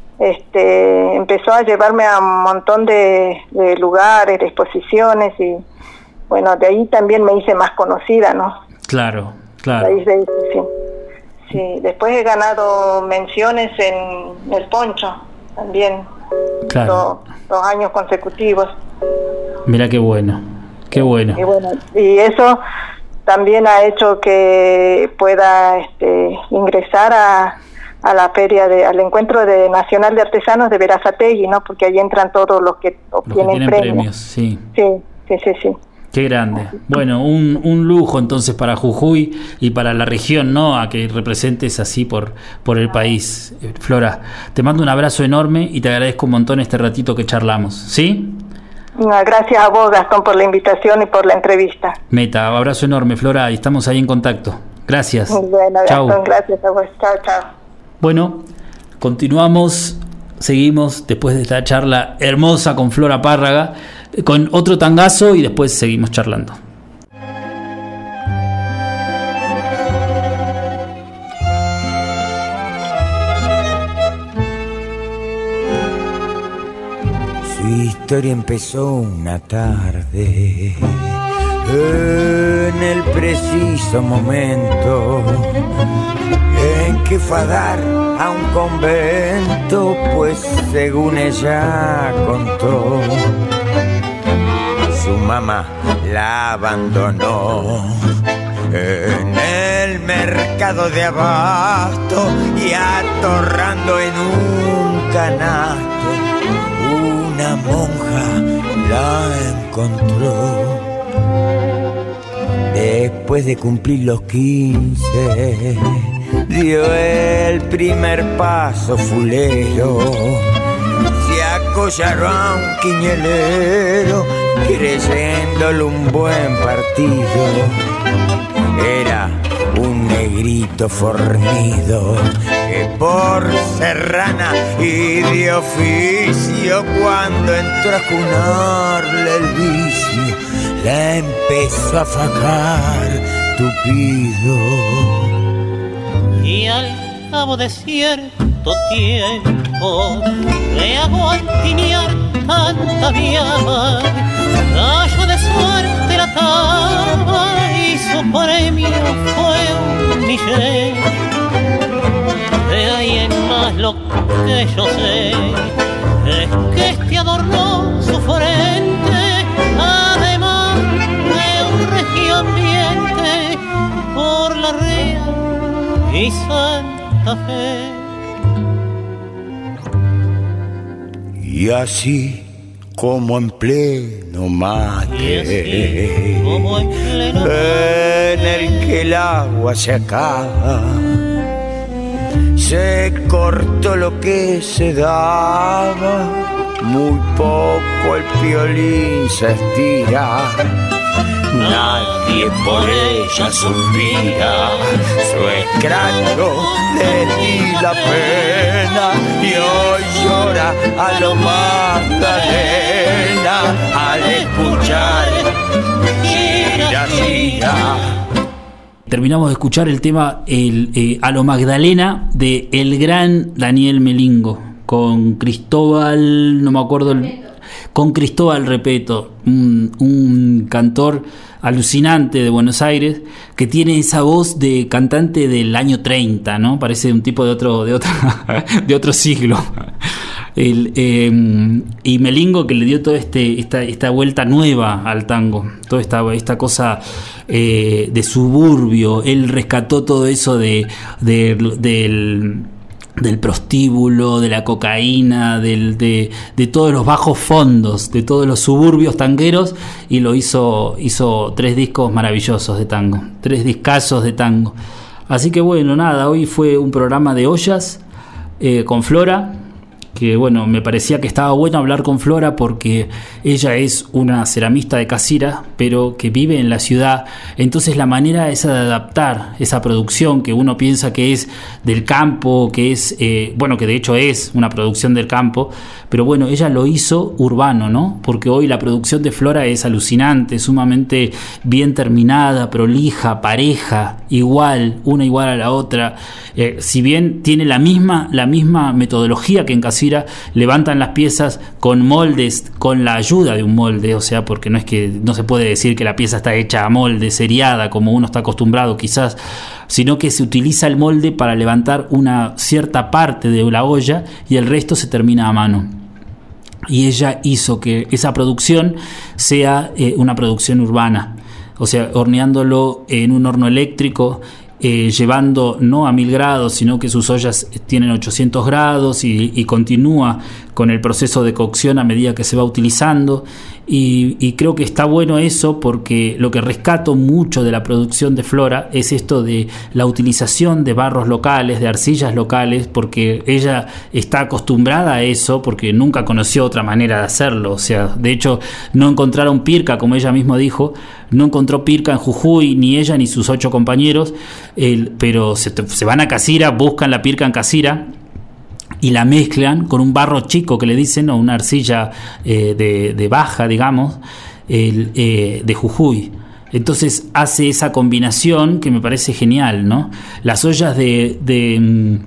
Este, empezó a llevarme a un montón de, de lugares, de exposiciones y bueno, de ahí también me hice más conocida, ¿no? Claro, claro. De ahí, de, sí. Sí, después he ganado menciones en el Poncho también, claro. dos, dos años consecutivos. Mira qué bueno, qué bueno. Y bueno, y eso también ha hecho que pueda este, ingresar a a la feria, de, al encuentro de nacional de artesanos de Verazategui, ¿no? Porque ahí entran todos los que obtienen, los que tienen premios. premios. Sí. Sí, sí, sí, sí. Qué grande. Bueno, un, un lujo entonces para Jujuy y para la región, ¿no? A que representes así por, por el país. Flora, te mando un abrazo enorme y te agradezco un montón este ratito que charlamos, ¿sí? Gracias a vos, Gastón, por la invitación y por la entrevista. Meta, abrazo enorme, Flora, y estamos ahí en contacto. Gracias. Bueno, Gastón, chau. Gracias a vos. Chao, chao. Bueno, continuamos, seguimos después de esta charla hermosa con Flora Párraga, con otro tangazo y después seguimos charlando. Su historia empezó una tarde, en el preciso momento en que fue a dar a un convento, pues según ella contó, su mamá la abandonó en el mercado de abasto y atorrando en un canasto. Una monja la encontró. Después de cumplir los quince, dio el primer paso fulero. Se acollaró a un quiñelero, creyéndole un buen partido. Era un negrito fornido que por serrana y de oficio, cuando entró a cunarle el vicio, la empezó a fajar tupido. Y al cabo de cierto tiempo le hago antinear tanta llama, gallo de suerte la taba y su premio fue un millón. De ahí en más lo que yo sé es que este adornó su frente, además de un regio ambiente por la Real y Santa Fe. Y así como en pleno mate, así, como en, pleno en el que el agua se acaba, se cortó lo que se daba, muy poco el piolín se estira. Nadie por ella suspira, su escracho le di la pena y hoy llora a lo Magdalena al escuchar Gira, gira. Terminamos de escuchar el tema el, eh, A lo Magdalena de el gran Daniel Melingo con Cristóbal, no me acuerdo el, con Cristóbal Repeto, un, un cantor alucinante de Buenos Aires que tiene esa voz de cantante del año treinta, ¿no? Parece un tipo de otro de otra de otro siglo. El, eh, y Melingo, que le dio toda este, esta, esta vuelta nueva al tango, toda esta, esta cosa eh, de suburbio. Él rescató todo eso de, de del, del prostíbulo, de la cocaína, del, de, de todos los bajos fondos, de todos los suburbios tangueros, y lo hizo, hizo tres discos maravillosos de tango, tres discazos de tango. Así que bueno, nada, hoy fue un programa de ollas eh, con Flora, que bueno, me parecía que estaba bueno hablar con Flora porque ella es una ceramista de Casira, pero que vive en la ciudad. Entonces la manera esa de adaptar esa producción que uno piensa que es del campo, que es, eh, bueno, que de hecho es una producción del campo, pero bueno, ella lo hizo urbano, ¿no? Porque hoy la producción de Flora es alucinante, sumamente bien terminada, prolija, pareja, igual, una igual a la otra. Eh, si bien tiene la misma, la misma metodología que en Casira, levantan las piezas con moldes, con la ayuda de un molde, o sea, porque no es que no se puede decir que la pieza está hecha a molde, seriada, como uno está acostumbrado quizás, sino que se utiliza el molde para levantar una cierta parte de la olla y el resto se termina a mano. Y ella hizo que esa producción sea eh, una producción urbana, o sea, horneándolo en un horno eléctrico, Eh, llevando no a mil grados, sino que sus ollas tienen ochocientos grados y, y continúa con el proceso de cocción a medida que se va utilizando. Y, y creo que está bueno eso, porque lo que rescato mucho de la producción de Flora es esto de la utilización de barros locales, de arcillas locales, porque ella está acostumbrada a eso, porque nunca conoció otra manera de hacerlo. O sea, de hecho, no encontraron pirca, como ella misma dijo, no encontró pirca en Jujuy, ni ella ni sus ocho compañeros, el, pero se, se van a Casira, buscan la pirca en Casira y la mezclan con un barro chico que le dicen, o una arcilla eh, de, de baja, digamos, el, eh, de Jujuy. Entonces hace esa combinación que me parece genial, ¿no? Las ollas de, de,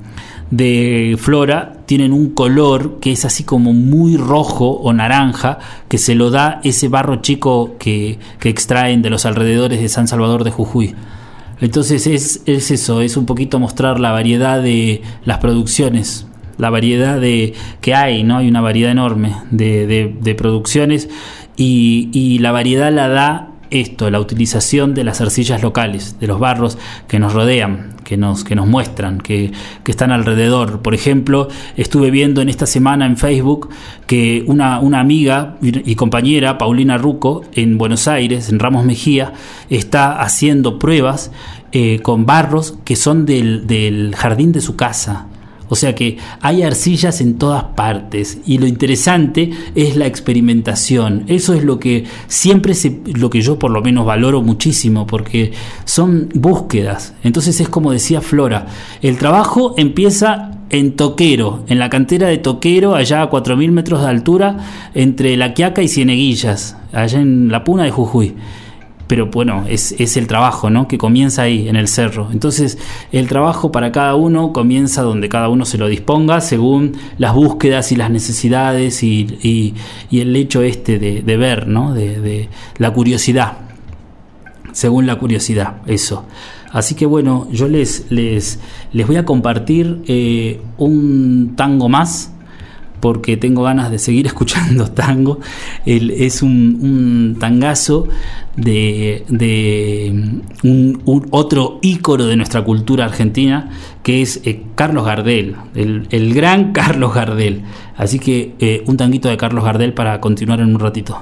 de Flora tienen un color que es así como muy rojo o naranja, que se lo da ese barro chico que, que extraen de los alrededores de San Salvador de Jujuy. Entonces es, es eso, es un poquito mostrar la variedad de las producciones, la variedad de que hay, ¿no? Hay una variedad enorme de, de, de producciones, y, y la variedad la da esto, la utilización de las arcillas locales, de los barros que nos rodean, que nos, que nos muestran, que, que están alrededor. Por ejemplo, estuve viendo en esta semana en Facebook que una, una amiga y compañera, Paulina Ruco, en Buenos Aires, en Ramos Mejía, está haciendo pruebas eh, con barros que son del, del jardín de su casa. O sea que hay arcillas en todas partes y lo interesante es la experimentación. Eso es lo que siempre se, lo que yo por lo menos valoro muchísimo, porque son búsquedas. Entonces es como decía Flora, el trabajo empieza en Toquero, en la cantera de Toquero, allá a cuatro mil metros de altura, entre La Quiaca y Cieneguillas, allá en la Puna de Jujuy. Pero bueno, es, es el trabajo, ¿no?, que comienza ahí, en el cerro. Entonces, el trabajo para cada uno comienza donde cada uno se lo disponga, según las búsquedas y las necesidades y, y, y el hecho este de, de ver, ¿no?, de, de la curiosidad. Según la curiosidad, eso. Así que bueno, yo les, les, les voy a compartir eh, un tango más, porque tengo ganas de seguir escuchando tango. El, es un, un tangazo de, de un, un otro ícono de nuestra cultura argentina, que es eh, Carlos Gardel, el, el gran Carlos Gardel. Así que eh, un tanguito de Carlos Gardel para continuar en un ratito.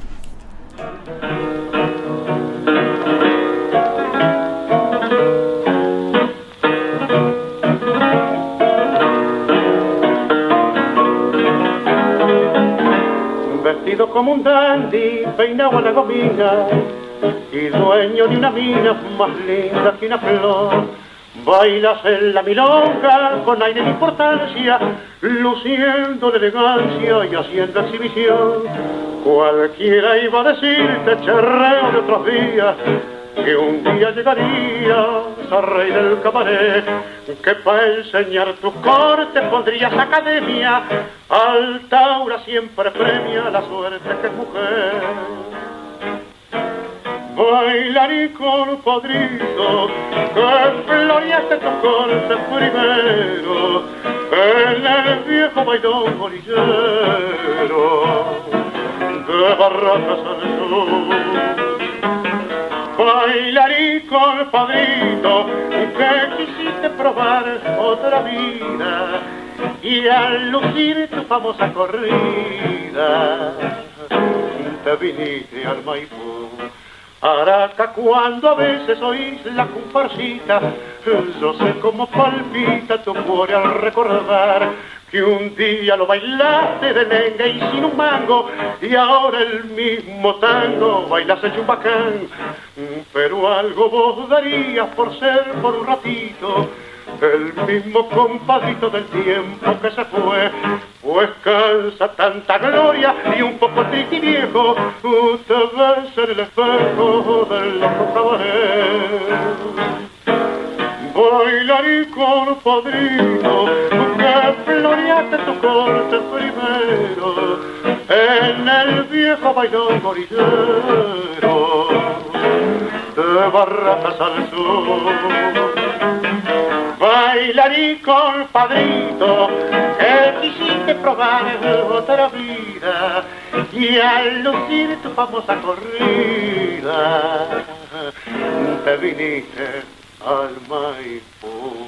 Como un dandy, peinado a la gomina y dueño de una mina más linda que una flor. Bailas en la milonga con aire de importancia, luciendo la elegancia y haciendo exhibición. Cualquiera iba a decirte, charreo de otros días, que un día llegarías a rey del cabaret, que para enseñar tus cortes pondrías academia. Altaura siempre premia la suerte que es mujer. Bailarín compadrito, que floreaste tus cortes primero en el viejo bailón bolillero de Barracas al sur. Bailarín compadrito, que quisiste probar otra vida y al lucir tu famosa corrida te viniste al Maipú. Araca, cuando a veces oís la comparsita, yo sé cómo palpita tu cuore al recordar que un día lo bailaste de lenga y sin un mango, y ahora el mismo tango bailas hecho un bacán. Pero algo vos darías por ser por un ratito el mismo compadrito del tiempo que se fue, pues cansa tanta gloria y un poco triste y viejo, te ves en el espejo del loco cabaret. Bailarín compadrito, que floreaste tu corte primero en el viejo bailón gorillero de Barracas al sur. Bailarín compadrito, que quisiste probar otra vida y al lucir tu famosa corrida te viniste al Maipú.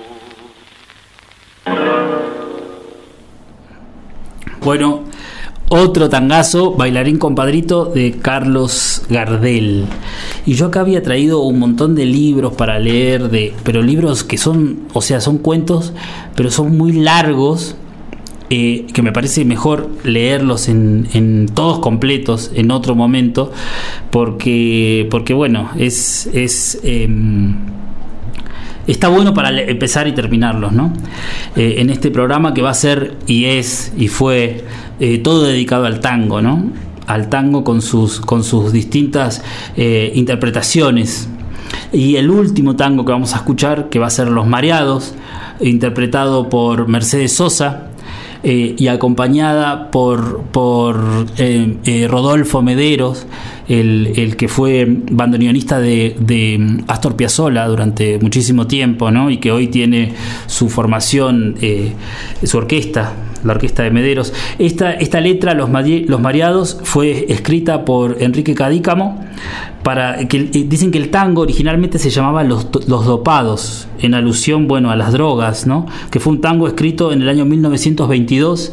Bueno, otro tangazo, Bailarín compadrito, de Carlos Gardel. Y yo acá había traído un montón de libros para leer, de, pero libros que son, o sea, son cuentos, pero son muy largos, eh, que me parece mejor leerlos en, en todos completos en otro momento, porque, porque bueno, es... es eh, está bueno para empezar y terminarlos, ¿no? Eh, en este programa que va a ser y es y fue eh, todo dedicado al tango, ¿no? Al tango con sus, con sus distintas eh, interpretaciones. Y el último tango que vamos a escuchar, que va a ser Los Mareados, interpretado por Mercedes Sosa, eh, y acompañada por, por eh, eh, Rodolfo Mederos, el, el que fue bandoneonista de, de Astor Piazzolla durante muchísimo tiempo, ¿no? Y que hoy tiene su formación, eh, su orquesta, la orquesta de Mederos. Esta, esta letra, Los, Mari- Los Mareados, fue escrita por Enrique Cadícamo. Para, que, dicen que el tango originalmente se llamaba Los, los Dopados, en alusión, bueno, a las drogas, ¿no? Que fue un tango escrito en el año mil novecientos veintidós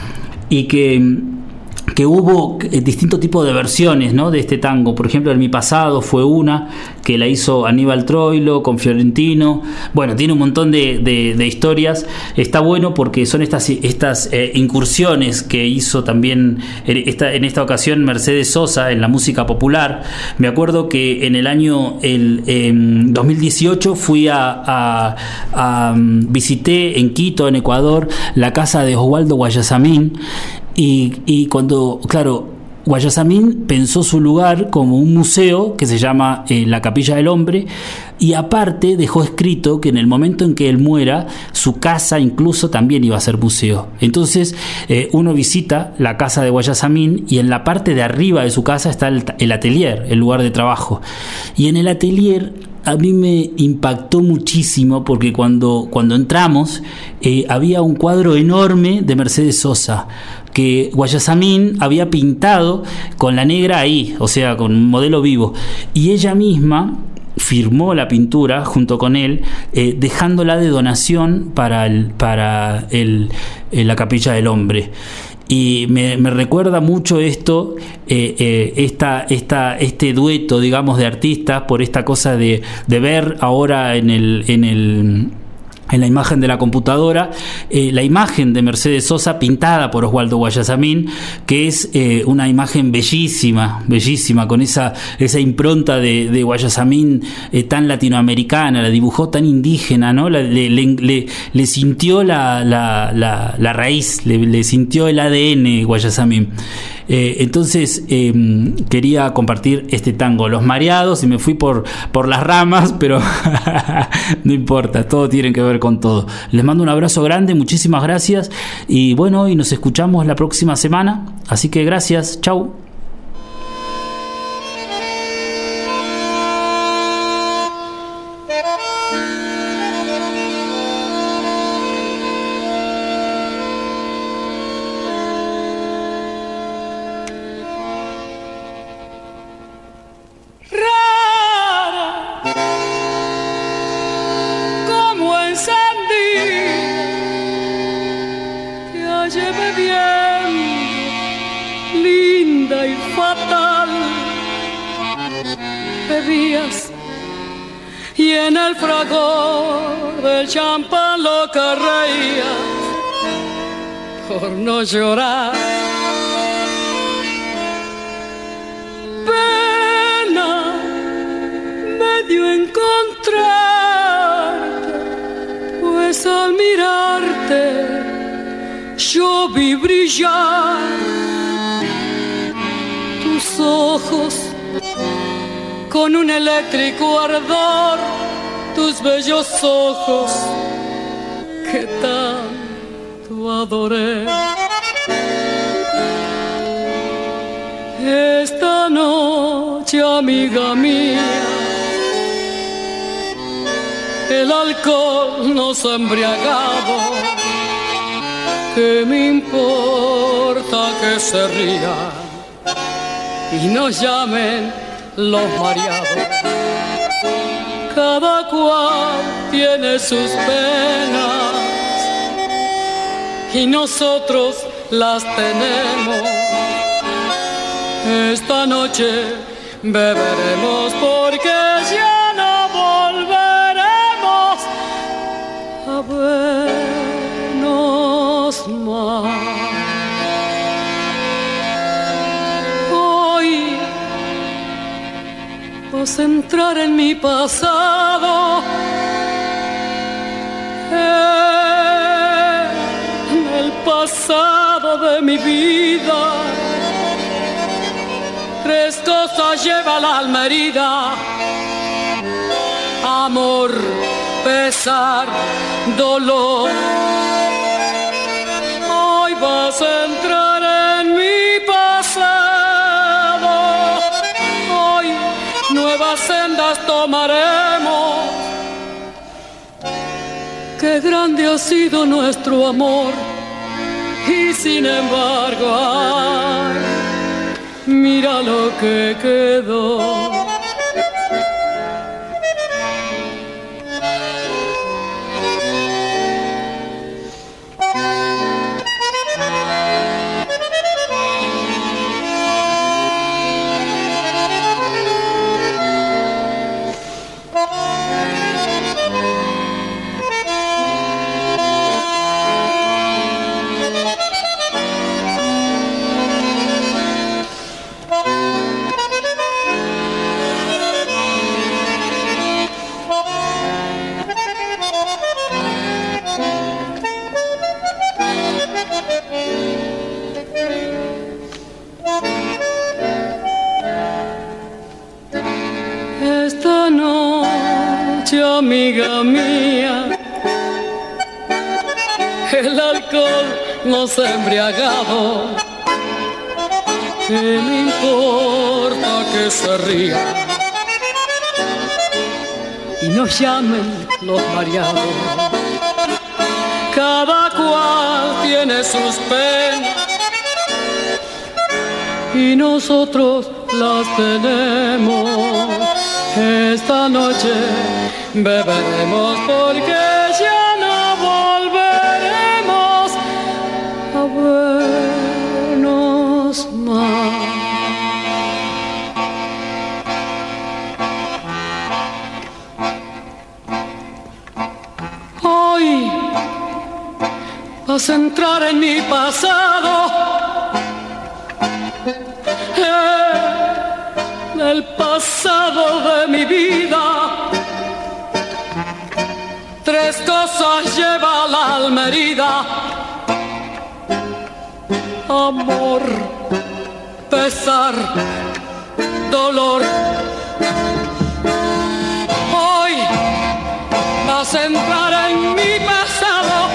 y que... que hubo distintos tipos de versiones, ¿no?, de este tango. Por ejemplo, En mi pasado fue una que la hizo Aníbal Troilo con Fiorentino. Bueno, tiene un montón de, de, de historias. Está bueno porque son estas, estas eh, incursiones que hizo también esta, en esta ocasión Mercedes Sosa en la música popular. Me acuerdo que en el año el, eh, dos mil dieciocho fui a, a, a visité en Quito, en Ecuador, la casa de Oswaldo Guayasamín. Y, y cuando, claro, Guayasamín pensó su lugar como un museo que se llama eh, la Capilla del Hombre, y aparte dejó escrito que en el momento en que él muera, su casa incluso también iba a ser museo. Entonces eh, uno visita la casa de Guayasamín y en la parte de arriba de su casa está el, el atelier, el lugar de trabajo. Y en el atelier a mí me impactó muchísimo porque cuando, cuando entramos eh, había un cuadro enorme de Mercedes Sosa que Guayasamín había pintado con la negra ahí, o sea, con un modelo vivo, y ella misma firmó la pintura junto con él, eh, dejándola de donación para, el, para el, eh, la Capilla del Hombre. Y me, me recuerda mucho esto, eh, eh, esta, esta, este dueto, digamos, de artistas, por esta cosa de, de ver ahora en el, en el en la imagen de la computadora, eh, la imagen de Mercedes Sosa pintada por Oswaldo Guayasamín, que es eh, una imagen bellísima, bellísima, con esa, esa impronta de, de Guayasamín eh, tan latinoamericana, la dibujó tan indígena, ¿no? La, le, le, le, le sintió la, la, la, la raíz, le, le sintió el A D N Guayasamín. Eh, entonces eh, quería compartir este tango, Los Mareados, y me fui por, por las ramas, pero no importa, todo tiene que ver con todo. Les mando un abrazo grande, muchísimas gracias, y bueno, y nos escuchamos la próxima semana, así que gracias, chau. Y en el fragor del champán lo que reías por no llorar. Pena me dio encontrarte, pues al mirarte yo vi brillar tus ojos con un eléctrico ardor, tus bellos ojos que tanto adoré. Esta noche, amiga mía, el alcohol nos ha embriagado. ¿Qué me importa que se rían y nos llamen los mareados? Cada cual tiene sus penas y nosotros las tenemos. Esta noche beberemos porque ya no volveremos a vernos más. Entrar en mi pasado, en el pasado de mi vida. Tres cosas lleva la alma herida: amor, pesar, dolor. sendas tomaremos. Qué grande ha sido nuestro amor y sin embargo, ay, mira lo que quedó. Esta noche, amiga mía, el alcohol nos ha embriagado. ¿Qué me importa que se ría y nos llamen los mareados? Cada cual tiene sus penas y nosotros las tenemos. Esta noche beberemos porque ya no volveremos a vernos más. Hoy vas a entrar en mi pasado, en el pasado de mi vida. Tres cosas lleva la alma herida: amor, pesar, dolor. Hoy vas a entrar en mi pasado.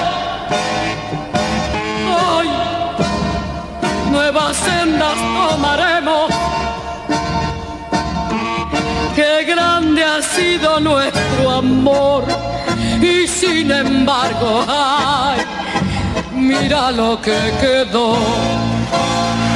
Hoy nuevas sendas tomaremos. Qué grande ha sido nuestro amor y sin embargo, ay, mira lo que quedó.